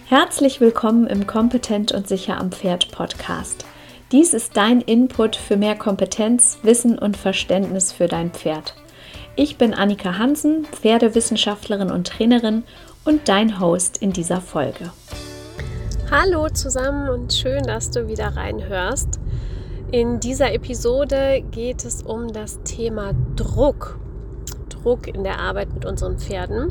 Herzlich willkommen im Kompetent und sicher am Pferd Podcast. Dies ist dein Input für mehr Kompetenz, Wissen und Verständnis für dein Pferd. Ich bin Annika Hansen, Pferdewissenschaftlerin und Trainerin und dein Host in dieser Folge. Hallo zusammen und schön, dass du wieder reinhörst. In dieser Episode geht es um das Thema Druck. Druck in der Arbeit mit unseren Pferden.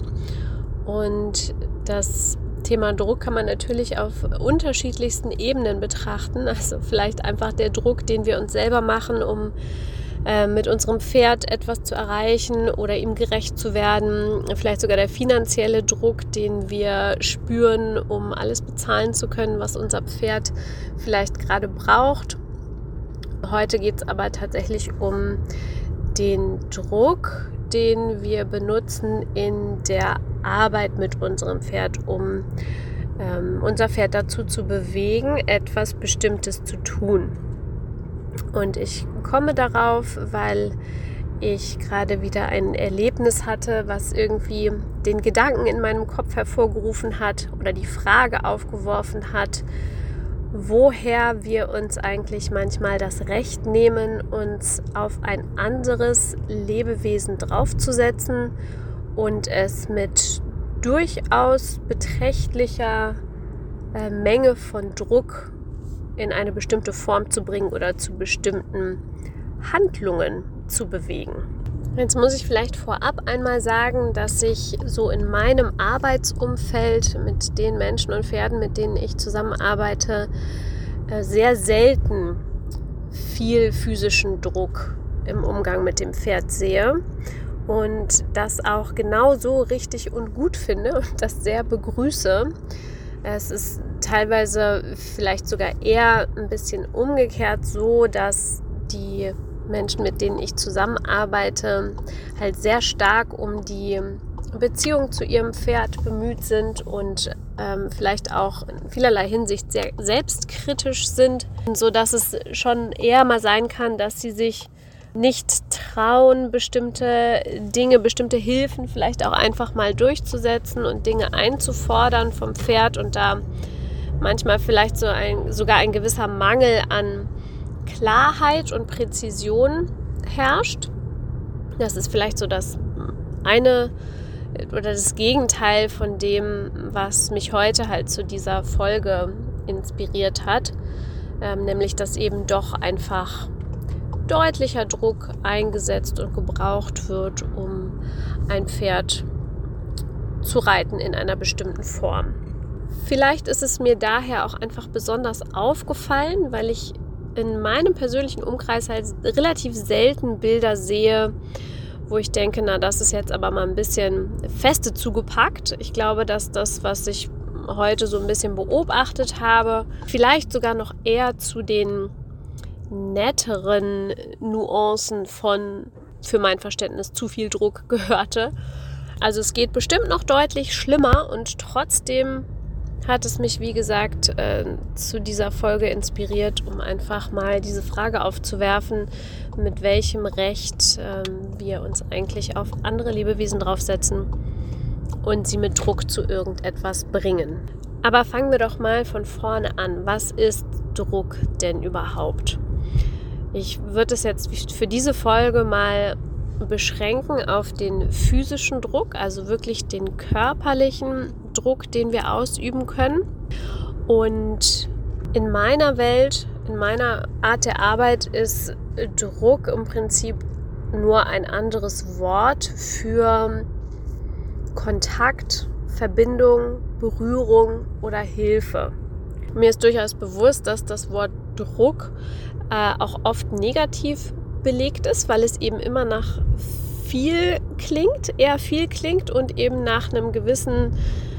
Und das Thema Druck kann man natürlich auf unterschiedlichsten Ebenen betrachten. Also vielleicht einfach der Druck, den wir uns selber machen, um mit unserem Pferd etwas zu erreichen oder ihm gerecht zu werden. Vielleicht sogar der finanzielle Druck, den wir spüren, um alles bezahlen zu können, was unser Pferd vielleicht gerade braucht. Heute geht es aber tatsächlich um den Druck, den wir benutzen in der Arbeit mit unserem Pferd, um unser Pferd dazu zu bewegen, etwas Bestimmtes zu tun. Und ich komme darauf, weil ich gerade wieder ein Erlebnis hatte, was irgendwie den Gedanken in meinem Kopf hervorgerufen hat oder die Frage aufgeworfen hat, woher wir uns eigentlich manchmal das Recht nehmen, uns auf ein anderes Lebewesen draufzusetzen und es mit durchaus beträchtlicher Menge von Druck in eine bestimmte Form zu bringen oder zu bestimmten Handlungen zu bewegen. Jetzt muss ich vielleicht vorab einmal sagen, dass ich so in meinem Arbeitsumfeld mit den Menschen und Pferden, mit denen ich zusammenarbeite, sehr selten viel physischen Druck im Umgang mit dem Pferd sehe und das auch genauso richtig und gut finde und das sehr begrüße. Es ist teilweise vielleicht sogar eher ein bisschen umgekehrt so, dass die Menschen, mit denen ich zusammenarbeite, halt sehr stark um die Beziehung zu ihrem Pferd bemüht sind und vielleicht auch in vielerlei Hinsicht sehr selbstkritisch sind, sodass es schon eher mal sein kann, dass sie sich nicht trauen, bestimmte Dinge, bestimmte Hilfen vielleicht auch einfach mal durchzusetzen und Dinge einzufordern vom Pferd und da manchmal vielleicht sogar ein gewisser Mangel an Klarheit und Präzision herrscht. Das ist vielleicht so das eine oder das Gegenteil von dem, was mich heute halt zu dieser Folge inspiriert hat, nämlich dass eben doch einfach deutlicher Druck eingesetzt und gebraucht wird, um ein Pferd zu reiten in einer bestimmten Form. Vielleicht ist es mir daher auch einfach besonders aufgefallen, weil ich in meinem persönlichen Umkreis halt relativ selten Bilder sehe, wo ich denke, na, das ist jetzt aber mal ein bisschen feste zugepackt. Ich glaube, dass das, was ich heute so ein bisschen beobachtet habe, vielleicht sogar noch eher zu den netteren Nuancen von, für mein Verständnis, zu viel Druck gehörte. Also es geht bestimmt noch deutlich schlimmer und trotzdem hat es mich, wie gesagt, zu dieser Folge inspiriert, um einfach mal diese Frage aufzuwerfen, mit welchem Recht wir uns eigentlich auf andere Lebewesen draufsetzen und sie mit Druck zu irgendetwas bringen. Aber fangen wir doch mal von vorne an. Was ist Druck denn überhaupt? Ich würde es jetzt für diese Folge mal beschränken auf den physischen Druck, also wirklich den körperlichen Druck, den wir ausüben können. Und in meiner Welt, in meiner Art der Arbeit ist Druck im Prinzip nur ein anderes Wort für Kontakt, Verbindung, Berührung oder Hilfe. Mir ist durchaus bewusst, dass das Wort Druck auch oft negativ belegt ist, weil es eben immer nach eher viel klingt und eben nach einer gewissen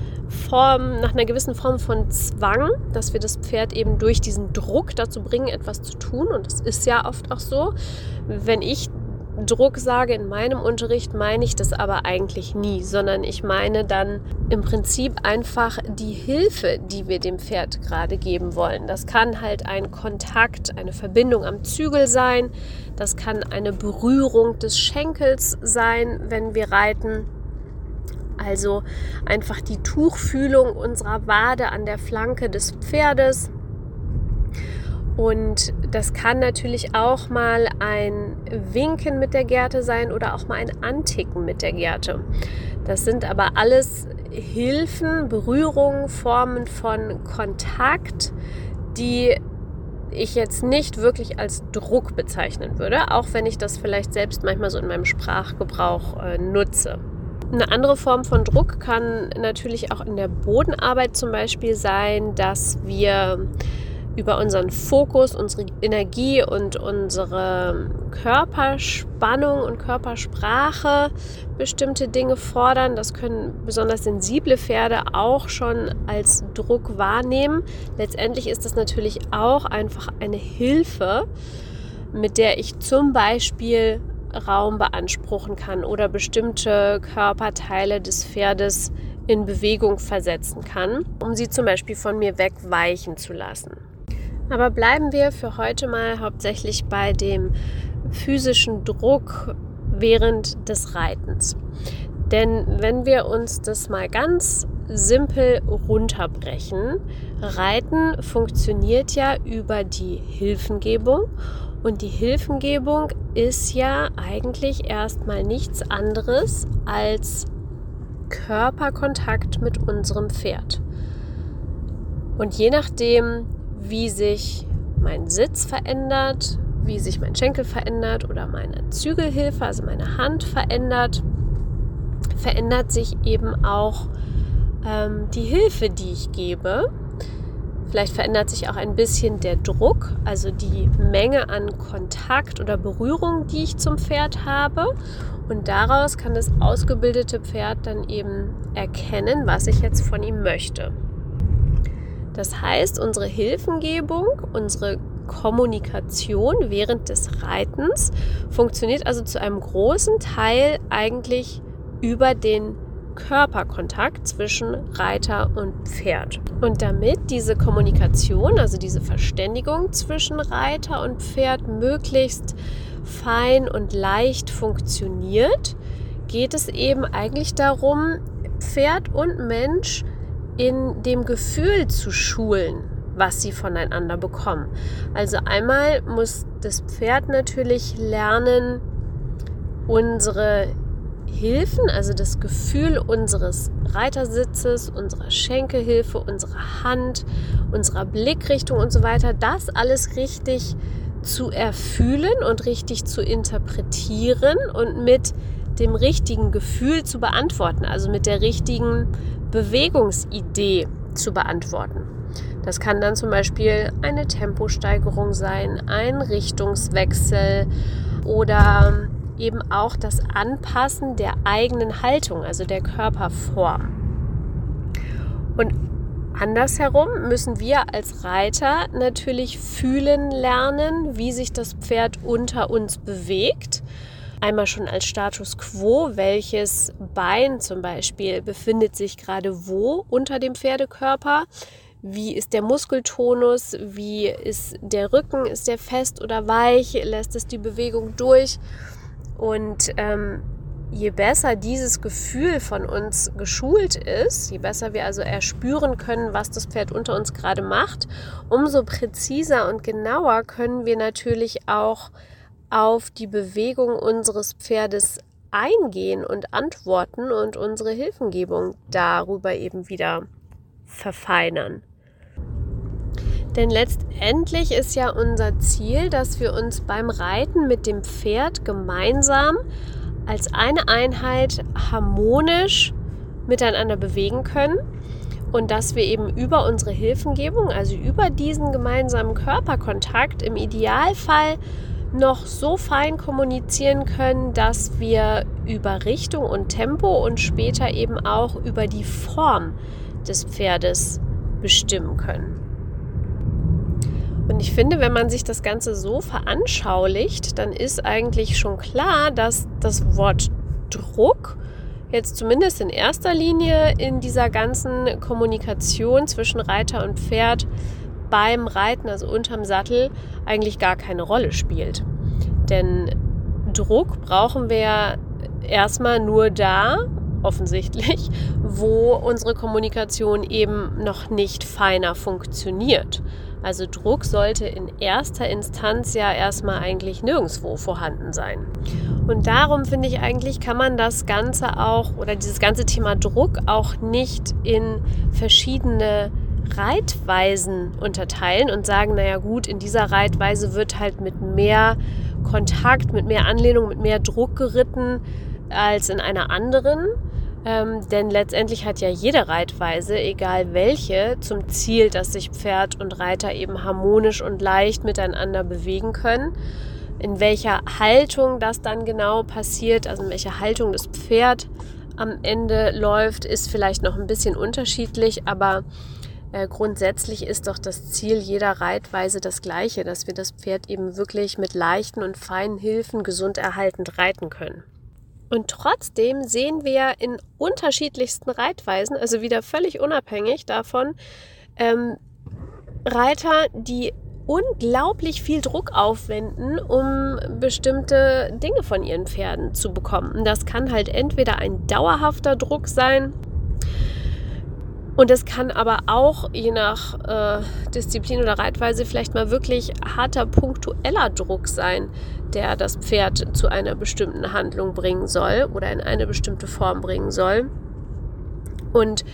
Form von Zwang, dass wir das Pferd eben durch diesen Druck dazu bringen, etwas zu tun. Und das ist ja oft auch so. Wenn ich Druck sage in meinem Unterricht, meine ich das aber eigentlich nie, sondern ich meine dann im Prinzip einfach die Hilfe, die wir dem Pferd gerade geben wollen. Das kann halt ein Kontakt, eine Verbindung am Zügel sein, das kann eine Berührung des Schenkels sein, wenn wir reiten. Also einfach die Tuchfühlung unserer Wade an der Flanke des Pferdes. Und das kann natürlich auch mal ein Winken mit der Gerte sein oder auch mal ein Anticken mit der Gerte. Das sind aber alles Hilfen, Berührungen, Formen von Kontakt, die ich jetzt nicht wirklich als Druck bezeichnen würde, auch wenn ich das vielleicht selbst manchmal so in meinem Sprachgebrauch nutze. Eine andere Form von Druck kann natürlich auch in der Bodenarbeit zum Beispiel sein, dass wir über unseren Fokus, unsere Energie und unsere Körperspannung und Körpersprache bestimmte Dinge fordern. Das können besonders sensible Pferde auch schon als Druck wahrnehmen. Letztendlich ist das natürlich auch einfach eine Hilfe, mit der ich zum Beispiel Raum beanspruchen kann oder bestimmte Körperteile des Pferdes in Bewegung versetzen kann, um sie zum Beispiel von mir wegweichen zu lassen. Aber bleiben wir für heute mal hauptsächlich bei dem physischen Druck während des Reitens. Denn wenn wir uns das mal ganz simpel runterbrechen, Reiten funktioniert ja über die Hilfengebung. Und die Hilfengebung ist ja eigentlich erstmal nichts anderes als Körperkontakt mit unserem Pferd. Und je nachdem, wie sich mein Sitz verändert, wie sich mein Schenkel verändert oder meine Zügelhilfe, also meine Hand verändert sich eben auch die Hilfe, die ich gebe. Vielleicht verändert sich auch ein bisschen der Druck, also die Menge an Kontakt oder Berührung, die ich zum Pferd habe. Und daraus kann das ausgebildete Pferd dann eben erkennen, was ich jetzt von ihm möchte. Das heißt, unsere Hilfengebung, unsere Kommunikation während des Reitens funktioniert also zu einem großen Teil eigentlich über den Körperkontakt zwischen Reiter und Pferd. Und damit diese Kommunikation, also diese Verständigung zwischen Reiter und Pferd möglichst fein und leicht funktioniert, geht es eben eigentlich darum, Pferd und Mensch in dem Gefühl zu schulen, was sie voneinander bekommen. Also einmal muss das Pferd natürlich lernen, unsere Hilfen, also das Gefühl unseres Reitersitzes, unserer Schenkelhilfe, unserer Hand, unserer Blickrichtung und so weiter, das alles richtig zu erfühlen und richtig zu interpretieren und mit dem richtigen Gefühl zu beantworten, also mit der richtigen Bewegungsidee zu beantworten. Das kann dann zum Beispiel eine Temposteigerung sein, ein Richtungswechsel oder eben auch das Anpassen der eigenen Haltung, also der Körperform. Und andersherum müssen wir als Reiter natürlich fühlen lernen, wie sich das Pferd unter uns bewegt. Einmal schon als Status quo, welches Bein zum Beispiel befindet sich gerade wo unter dem Pferdekörper, wie ist der Muskeltonus, wie ist der Rücken, ist der fest oder weich, lässt es die Bewegung durch. Und je besser dieses Gefühl von uns geschult ist, je besser wir also erspüren können, was das Pferd unter uns gerade macht, umso präziser und genauer können wir natürlich auch auf die Bewegung unseres Pferdes eingehen und antworten und unsere Hilfengebung darüber eben wieder verfeinern. Denn letztendlich ist ja unser Ziel, dass wir uns beim Reiten mit dem Pferd gemeinsam als eine Einheit harmonisch miteinander bewegen können und dass wir eben über unsere Hilfengebung, also über diesen gemeinsamen Körperkontakt im Idealfall noch so fein kommunizieren können, dass wir über Richtung und Tempo und später eben auch über die Form des Pferdes bestimmen können. Und ich finde, wenn man sich das Ganze so veranschaulicht, dann ist eigentlich schon klar, dass das Wort Druck jetzt zumindest in erster Linie in dieser ganzen Kommunikation zwischen Reiter und Pferd beim Reiten, also unterm Sattel, eigentlich gar keine Rolle spielt. Denn Druck brauchen wir erstmal nur da, offensichtlich, wo unsere Kommunikation eben noch nicht feiner funktioniert. Also Druck sollte in erster Instanz ja erstmal eigentlich nirgendwo vorhanden sein. Und darum finde ich eigentlich, kann man das Ganze auch oder dieses ganze Thema Druck auch nicht in verschiedene Reitweisen unterteilen und sagen, naja gut, in dieser Reitweise wird halt mit mehr Kontakt, mit mehr Anlehnung, mit mehr Druck geritten als in einer anderen. Denn letztendlich hat ja jede Reitweise, egal welche, zum Ziel, dass sich Pferd und Reiter eben harmonisch und leicht miteinander bewegen können. In welcher Haltung das dann genau passiert, also in welcher Haltung das Pferd am Ende läuft, ist vielleicht noch ein bisschen unterschiedlich, aber grundsätzlich ist doch das Ziel jeder Reitweise das gleiche, dass wir das Pferd eben wirklich mit leichten und feinen Hilfen gesund erhaltend reiten können. Und trotzdem sehen wir in unterschiedlichsten Reitweisen, also wieder völlig unabhängig davon, Reiter, die unglaublich viel Druck aufwenden, um bestimmte Dinge von ihren Pferden zu bekommen. Das kann halt entweder ein dauerhafter Druck sein, und es kann aber auch, je nach Disziplin oder Reitweise, vielleicht mal wirklich harter, punktueller Druck sein, der das Pferd zu einer bestimmten Handlung bringen soll oder in eine bestimmte Form bringen soll. Und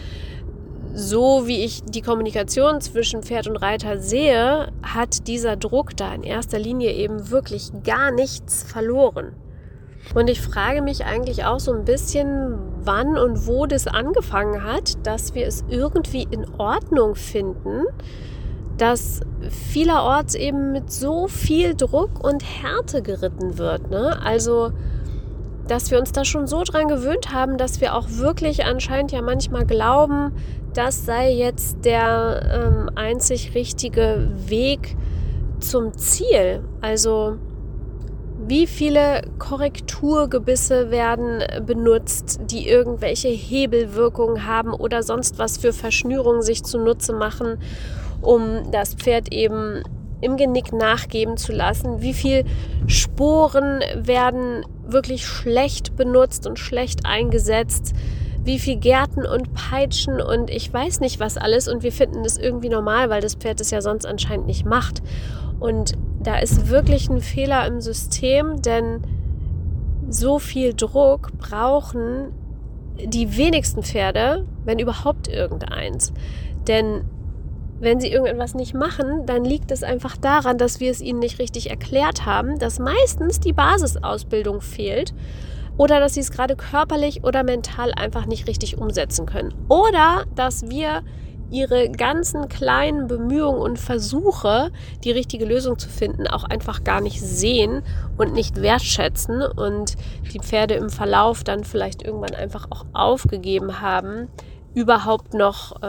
so wie ich die Kommunikation zwischen Pferd und Reiter sehe, hat dieser Druck da in erster Linie eben wirklich gar nichts verloren. Und ich frage mich eigentlich auch so ein bisschen, wann und wo das angefangen hat, dass wir es irgendwie in Ordnung finden, dass vielerorts eben mit so viel Druck und Härte geritten wird, ne? Also, dass wir uns da schon so dran gewöhnt haben, dass wir auch wirklich anscheinend ja manchmal glauben, das sei jetzt der einzig richtige Weg zum Ziel. Also wie viele Korrekturgebisse werden benutzt, die irgendwelche Hebelwirkungen haben oder sonst was für Verschnürungen sich zunutze machen, um das Pferd eben im Genick nachgeben zu lassen? Wie viele Sporen werden wirklich schlecht benutzt und schlecht eingesetzt? Wie viel Gärten und Peitschen und ich weiß nicht was alles, und wir finden das irgendwie normal, weil das Pferd es ja sonst anscheinend nicht macht. Und da ist wirklich ein Fehler im System, denn so viel Druck brauchen die wenigsten Pferde, wenn überhaupt irgendeins. Denn wenn sie irgendetwas nicht machen, dann liegt es einfach daran, dass wir es ihnen nicht richtig erklärt haben, dass meistens die Basisausbildung fehlt oder dass sie es gerade körperlich oder mental einfach nicht richtig umsetzen können. Oder dass wir ihre ganzen kleinen Bemühungen und Versuche, die richtige Lösung zu finden, auch einfach gar nicht sehen und nicht wertschätzen und die Pferde im Verlauf dann vielleicht irgendwann einfach auch aufgegeben haben, überhaupt noch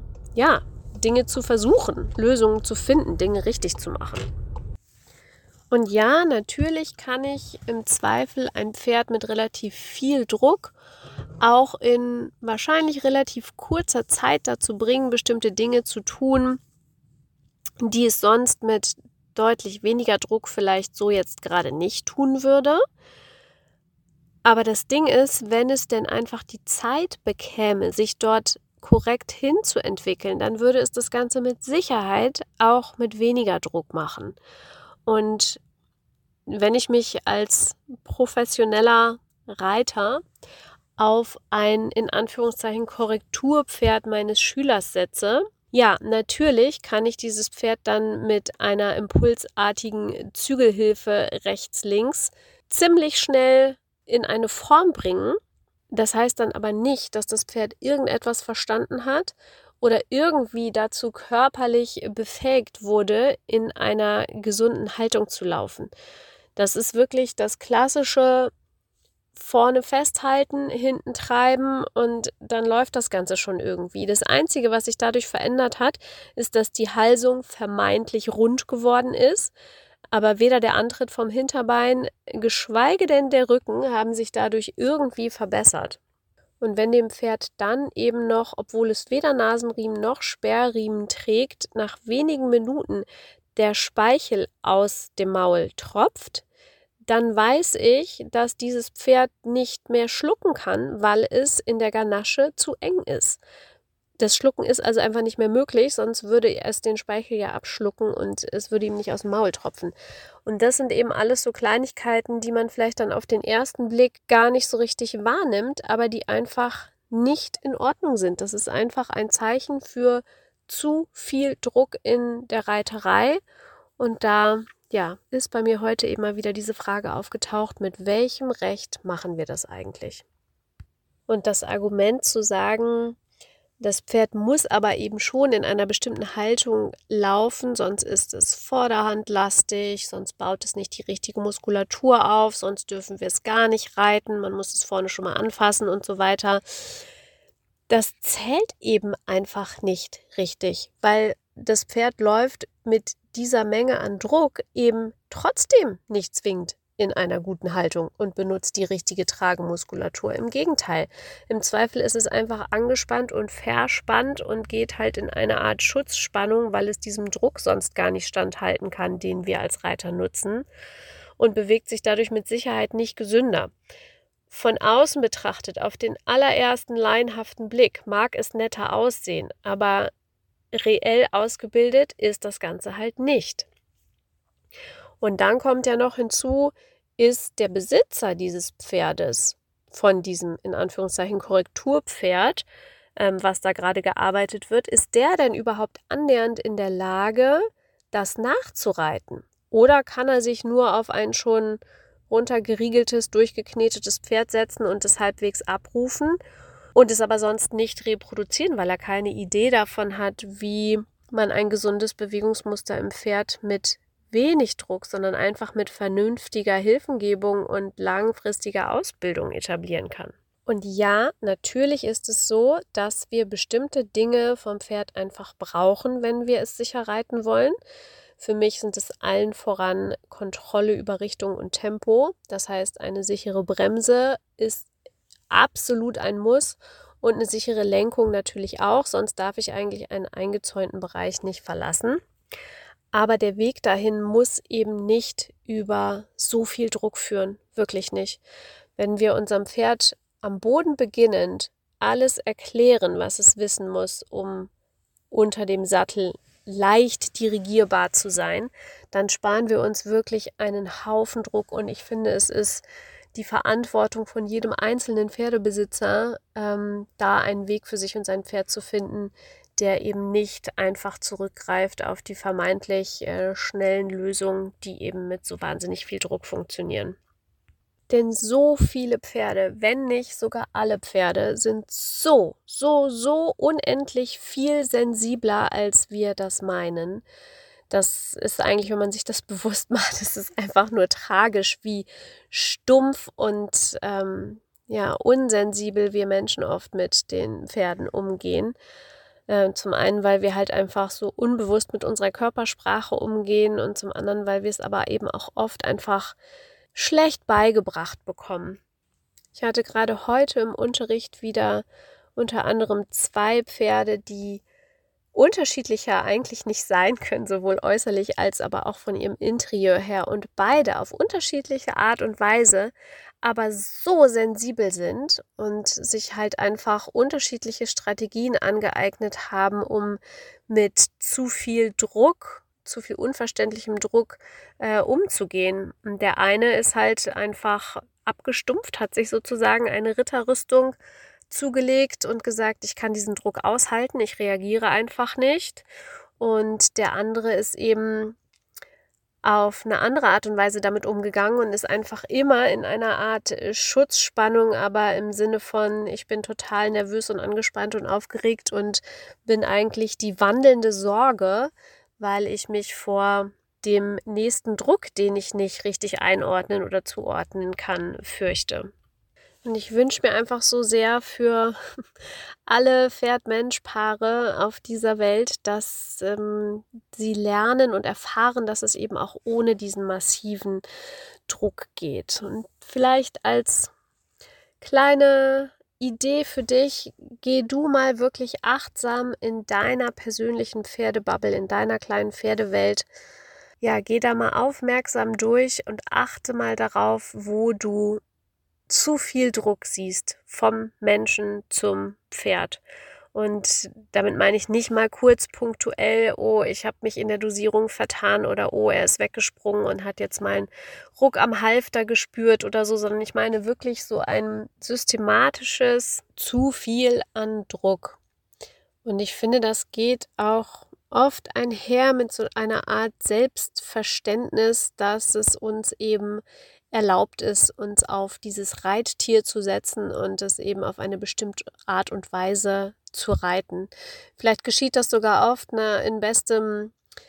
Dinge zu versuchen, Lösungen zu finden, Dinge richtig zu machen. Und ja, natürlich kann ich im Zweifel ein Pferd mit relativ viel Druck auch in wahrscheinlich relativ kurzer Zeit dazu bringen, bestimmte Dinge zu tun, die es sonst mit deutlich weniger Druck vielleicht so jetzt gerade nicht tun würde. Aber das Ding ist, wenn es denn einfach die Zeit bekäme, sich dort korrekt hinzuentwickeln, dann würde es das Ganze mit Sicherheit auch mit weniger Druck machen. Und wenn ich mich als professioneller Reiter auf ein, in Anführungszeichen, Korrekturpferd meines Schülers setze, ja, natürlich kann ich dieses Pferd dann mit einer impulsartigen Zügelhilfe rechts, links ziemlich schnell in eine Form bringen. Das heißt dann aber nicht, dass das Pferd irgendetwas verstanden hat oder irgendwie dazu körperlich befähigt wurde, in einer gesunden Haltung zu laufen. Das ist wirklich das klassische vorne festhalten, hinten treiben und dann läuft das Ganze schon irgendwie. Das Einzige, was sich dadurch verändert hat, ist, dass die Halsung vermeintlich rund geworden ist, aber weder der Antritt vom Hinterbein, geschweige denn der Rücken, haben sich dadurch irgendwie verbessert. Und wenn dem Pferd dann eben noch, obwohl es weder Nasenriemen noch Sperrriemen trägt, nach wenigen Minuten der Speichel aus dem Maul tropft, dann weiß ich, dass dieses Pferd nicht mehr schlucken kann, weil es in der Ganasche zu eng ist. Das Schlucken ist also einfach nicht mehr möglich, sonst würde es den Speichel ja abschlucken und es würde ihm nicht aus dem Maul tropfen. Und das sind eben alles so Kleinigkeiten, die man vielleicht dann auf den ersten Blick gar nicht so richtig wahrnimmt, aber die einfach nicht in Ordnung sind. Das ist einfach ein Zeichen für zu viel Druck in der Reiterei. Und da ist bei mir heute eben mal wieder diese Frage aufgetaucht, mit welchem Recht machen wir das eigentlich? Und das Argument zu sagen, das Pferd muss aber eben schon in einer bestimmten Haltung laufen, sonst ist es vorderhandlastig, sonst baut es nicht die richtige Muskulatur auf, sonst dürfen wir es gar nicht reiten, man muss es vorne schon mal anfassen und so weiter. Das zählt eben einfach nicht richtig, weil das Pferd läuft mit dieser Menge an Druck eben trotzdem nicht zwingend in einer guten Haltung und benutzt die richtige Tragemuskulatur. Im Gegenteil, im Zweifel ist es einfach angespannt und verspannt und geht halt in eine Art Schutzspannung, weil es diesem Druck sonst gar nicht standhalten kann, den wir als Reiter nutzen, und bewegt sich dadurch mit Sicherheit nicht gesünder. Von außen betrachtet, auf den allerersten laienhaften Blick, mag es netter aussehen, aber reell ausgebildet ist das Ganze halt nicht. Und dann kommt ja noch hinzu, ist der Besitzer dieses Pferdes, von diesem in Anführungszeichen Korrekturpferd, was da gerade gearbeitet wird, ist der denn überhaupt annähernd in der Lage, das nachzureiten? Oder kann er sich nur auf ein schon runtergeriegeltes, durchgeknetetes Pferd setzen und es halbwegs abrufen und es aber sonst nicht reproduzieren, weil er keine Idee davon hat, wie man ein gesundes Bewegungsmuster im Pferd mit wenig Druck, sondern einfach mit vernünftiger Hilfengebung und langfristiger Ausbildung etablieren kann. Und ja, natürlich ist es so, dass wir bestimmte Dinge vom Pferd einfach brauchen, wenn wir es sicher reiten wollen. Für mich sind es allen voran Kontrolle über Richtung und Tempo. Das heißt, eine sichere Bremse ist absolut ein Muss und eine sichere Lenkung natürlich auch, sonst darf ich eigentlich einen eingezäunten Bereich nicht verlassen. Aber der Weg dahin muss eben nicht über so viel Druck führen, wirklich nicht. Wenn wir unserem Pferd am Boden beginnend alles erklären, was es wissen muss, um unter dem Sattel leicht dirigierbar zu sein, dann sparen wir uns wirklich einen Haufen Druck. Und ich finde, es ist die Verantwortung von jedem einzelnen Pferdebesitzer, da einen Weg für sich und sein Pferd zu finden, der eben nicht einfach zurückgreift auf die vermeintlich schnellen Lösungen, die eben mit so wahnsinnig viel Druck funktionieren. Denn so viele Pferde, wenn nicht sogar alle Pferde, sind so unendlich viel sensibler, als wir das meinen. Das ist eigentlich, wenn man sich das bewusst macht, es ist einfach nur tragisch, wie stumpf und unsensibel wir Menschen oft mit den Pferden umgehen. Zum einen, weil wir halt einfach so unbewusst mit unserer Körpersprache umgehen und zum anderen, weil wir es aber eben auch oft einfach schlecht beigebracht bekommen. Ich hatte gerade heute im Unterricht wieder unter anderem 2 Pferde, die unterschiedlicher eigentlich nicht sein können, sowohl äußerlich als aber auch von ihrem Interieur her, und beide auf unterschiedliche Art und Weise aber so sensibel sind und sich halt einfach unterschiedliche Strategien angeeignet haben, um mit zu viel Druck, zu viel unverständlichem Druck umzugehen. Und der eine ist halt einfach abgestumpft, hat sich sozusagen eine Ritterrüstung zugelegt und gesagt, ich kann diesen Druck aushalten, ich reagiere einfach nicht. Und der andere ist eben auf eine andere Art und Weise damit umgegangen und ist einfach immer in einer Art Schutzspannung, aber im Sinne von, ich bin total nervös und angespannt und aufgeregt und bin eigentlich die wandelnde Sorge, weil ich mich vor dem nächsten Druck, den ich nicht richtig einordnen oder zuordnen kann, fürchte. Und ich wünsche mir einfach so sehr für alle Pferd-Mensch-Paare auf dieser Welt, dass sie lernen und erfahren, dass es eben auch ohne diesen massiven Druck geht. Und vielleicht als kleine Idee für dich, geh du mal wirklich achtsam in deiner persönlichen Pferdebubble, in deiner kleinen Pferdewelt ja, geh da mal aufmerksam durch und achte mal darauf, wo du zu viel Druck siehst vom Menschen zum Pferd. Und damit meine ich nicht mal kurz punktuell, oh, ich habe mich in der Dosierung vertan oder oh, er ist weggesprungen und hat jetzt mal einen Ruck am Halfter gespürt oder so, sondern ich meine wirklich so ein systematisches zu viel an Druck. Und ich finde, das geht auch oft einher mit so einer Art Selbstverständnis, dass es uns eben erlaubt ist, uns auf dieses Reittier zu setzen und es eben auf eine bestimmte Art und Weise zu reiten. Vielleicht geschieht das sogar oft in bester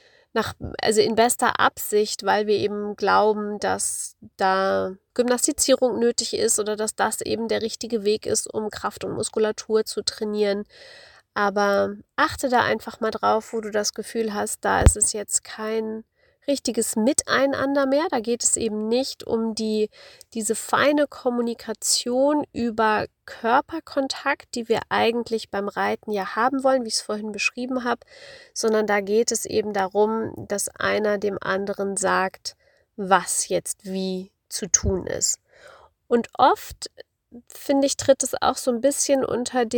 Absicht, weil wir eben glauben, dass da Gymnastizierung nötig ist oder dass das eben der richtige Weg ist, um Kraft und Muskulatur zu trainieren. Aber achte da einfach mal drauf, wo du das Gefühl hast, da ist es jetzt kein richtiges Miteinander mehr. Da geht es eben nicht um diese feine Kommunikation über Körperkontakt, die wir eigentlich beim Reiten ja haben wollen, wie ich es vorhin beschrieben habe, sondern da geht es eben darum, dass einer dem anderen sagt, was jetzt wie zu tun ist. Und oft, finde ich, tritt es auch so ein bisschen unter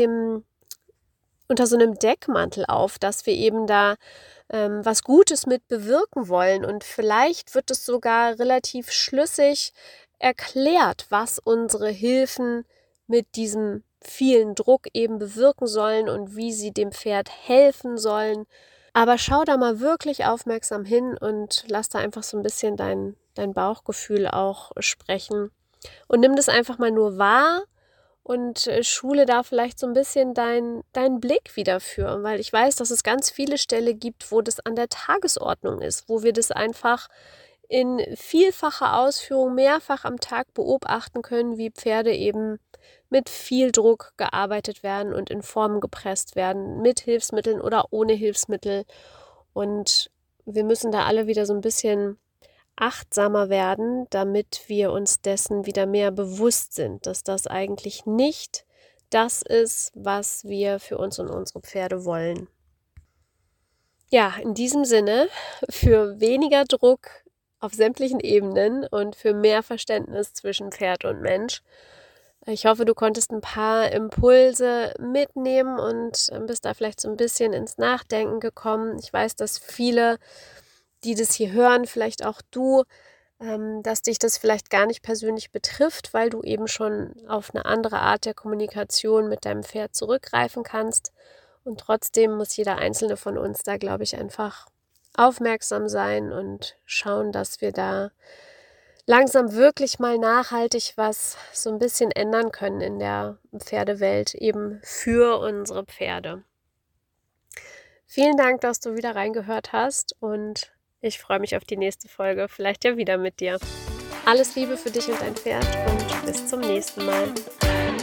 so einem Deckmantel auf, dass wir eben da was Gutes mit bewirken wollen. Und vielleicht wird es sogar relativ schlüssig erklärt, was unsere Hilfen mit diesem vielen Druck eben bewirken sollen und wie sie dem Pferd helfen sollen. Aber schau da mal wirklich aufmerksam hin und lass da einfach so ein bisschen dein Bauchgefühl auch sprechen. Und nimm das einfach mal nur wahr und schule da vielleicht so ein bisschen deinen Blick wieder für, weil ich weiß, dass es ganz viele Stellen gibt, wo das an der Tagesordnung ist, wo wir das einfach in vielfacher Ausführung mehrfach am Tag beobachten können, wie Pferde eben mit viel Druck gearbeitet werden und in Formen gepresst werden, mit Hilfsmitteln oder ohne Hilfsmittel. Und wir müssen da alle wieder so ein bisschen achtsamer werden, damit wir uns dessen wieder mehr bewusst sind, dass das eigentlich nicht das ist, was wir für uns und unsere Pferde wollen. Ja, in diesem Sinne, für weniger Druck auf sämtlichen Ebenen und für mehr Verständnis zwischen Pferd und Mensch. Ich hoffe, du konntest ein paar Impulse mitnehmen und bist da vielleicht so ein bisschen ins Nachdenken gekommen. Ich weiß, dass viele, die das hier hören, vielleicht auch du, dass dich das vielleicht gar nicht persönlich betrifft, weil du eben schon auf eine andere Art der Kommunikation mit deinem Pferd zurückgreifen kannst. Und trotzdem muss jeder Einzelne von uns da, glaube ich, einfach aufmerksam sein und schauen, dass wir da langsam wirklich mal nachhaltig was so ein bisschen ändern können in der Pferdewelt, eben für unsere Pferde. Vielen Dank, dass du wieder reingehört hast und ich freue mich auf die nächste Folge, vielleicht ja wieder mit dir. Alles Liebe für dich und dein Pferd und bis zum nächsten Mal.